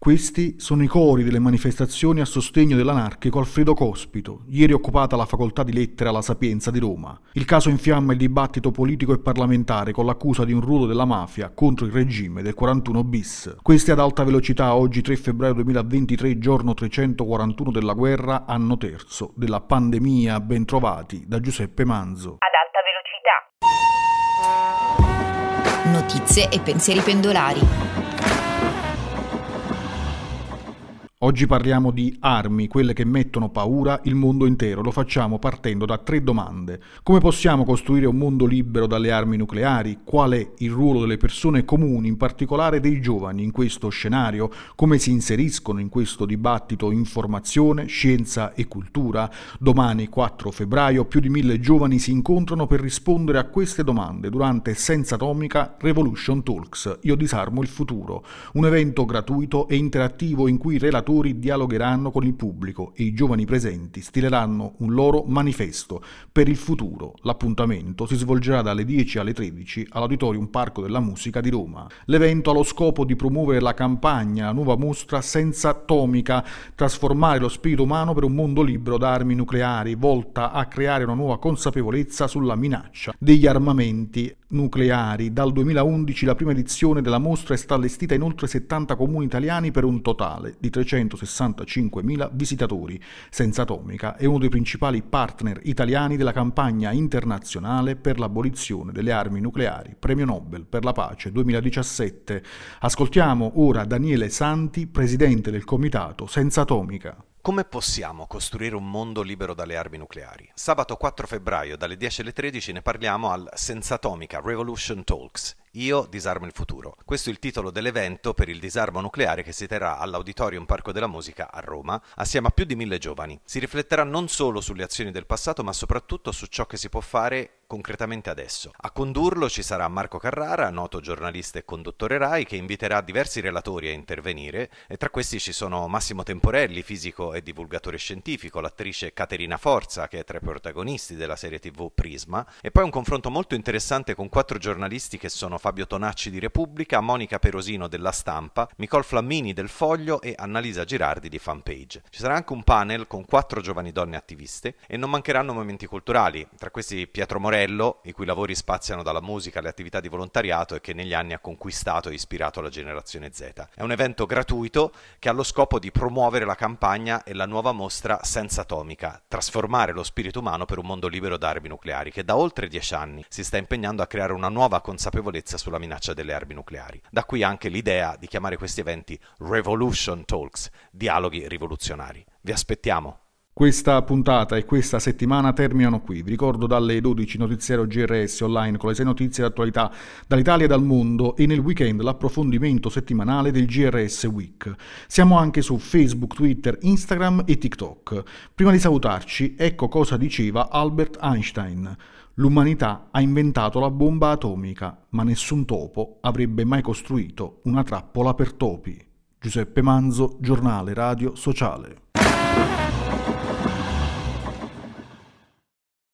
Questi sono i cori delle manifestazioni a sostegno dell'anarchico Alfredo Cospito, ieri occupata la facoltà di lettere alla Sapienza di Roma. Il caso infiamma il dibattito politico e parlamentare con l'accusa di un ruolo della mafia contro il regime del 41 bis. Questi ad alta velocità, oggi 3 febbraio 2023, giorno 341 della guerra, anno terzo della pandemia. Ben trovati da Giuseppe Manzo. Ad alta velocità. Notizie e pensieri pendolari. Oggi parliamo di armi, quelle che mettono paura il mondo intero. Lo facciamo partendo da 3 domande. Come possiamo costruire un mondo libero dalle armi nucleari? Qual è il ruolo delle persone comuni, in particolare dei giovani, in questo scenario? Come si inseriscono in questo dibattito informazione, scienza e cultura? Domani, 4 febbraio, più di 1000 giovani si incontrano per rispondere a queste domande durante Senza Atomica Revolution Talks. Io disarmo il futuro, un evento gratuito e interattivo in cui i relatori dialogheranno con il pubblico e i giovani presenti stileranno un loro manifesto per il futuro. L'appuntamento si svolgerà dalle 10 alle 13 all'Auditorium Parco della Musica di Roma. L'evento ha lo scopo di promuovere la campagna, la nuova mostra Senza Atomica, trasformare lo spirito umano per un mondo libero da armi nucleari, volta a creare una nuova consapevolezza sulla minaccia degli armamenti nucleari. Dal 2011 la prima edizione della mostra è stata allestita in oltre 70 comuni italiani per un totale di 365.000 visitatori. Senza Atomica è uno dei principali partner italiani della campagna internazionale per l'abolizione delle armi nucleari, Premio Nobel per la pace 2017. Ascoltiamo ora Daniele Santi, presidente del comitato Senza Atomica. Come possiamo costruire un mondo libero dalle armi nucleari? Sabato 4 febbraio dalle 10 alle 13 ne parliamo al Senza Atomica Revolution Talks. Io disarmo il futuro. Questo è il titolo dell'evento per il disarmo nucleare che si terrà all'Auditorium Parco della Musica a Roma, assieme a più di 1000 giovani. Si rifletterà non solo sulle azioni del passato, ma soprattutto su ciò che si può fare concretamente adesso. A condurlo ci sarà Marco Carrara, noto giornalista e conduttore Rai, che inviterà diversi relatori a intervenire, e tra questi ci sono Massimo Temporelli, fisico e divulgatore scientifico, l'attrice Caterina Forza, che è tra i protagonisti della serie TV Prisma, e poi un confronto molto interessante con 4 giornalisti che sono Fabio Tonacci di Repubblica, Monica Perosino della Stampa, Nicole Flammini del Foglio e Annalisa Girardi di Fanpage. Ci sarà anche un panel con 4 giovani donne attiviste e non mancheranno momenti culturali, tra questi Pietro Morello, i cui lavori spaziano dalla musica alle attività di volontariato e che negli anni ha conquistato e ispirato la generazione Z. È un evento gratuito che ha lo scopo di promuovere la campagna e la nuova mostra Senza Atomica, trasformare lo spirito umano per un mondo libero da armi nucleari, che da oltre 10 anni si sta impegnando a creare una nuova consapevolezza sulla minaccia delle armi nucleari. Da qui anche l'idea di chiamare questi eventi Revolution Talks, dialoghi rivoluzionari. Vi aspettiamo! Questa puntata e questa settimana terminano qui. Vi ricordo dalle 12 notiziero GRS online con le 6 notizie d'attualità dall'Italia e dal mondo, e nel weekend l'approfondimento settimanale del GRS Week. Siamo anche su Facebook, Twitter, Instagram e TikTok. Prima di salutarci, ecco cosa diceva Albert Einstein. L'umanità ha inventato la bomba atomica, ma nessun topo avrebbe mai costruito una trappola per topi. Giuseppe Manzo, Giornale Radio Sociale.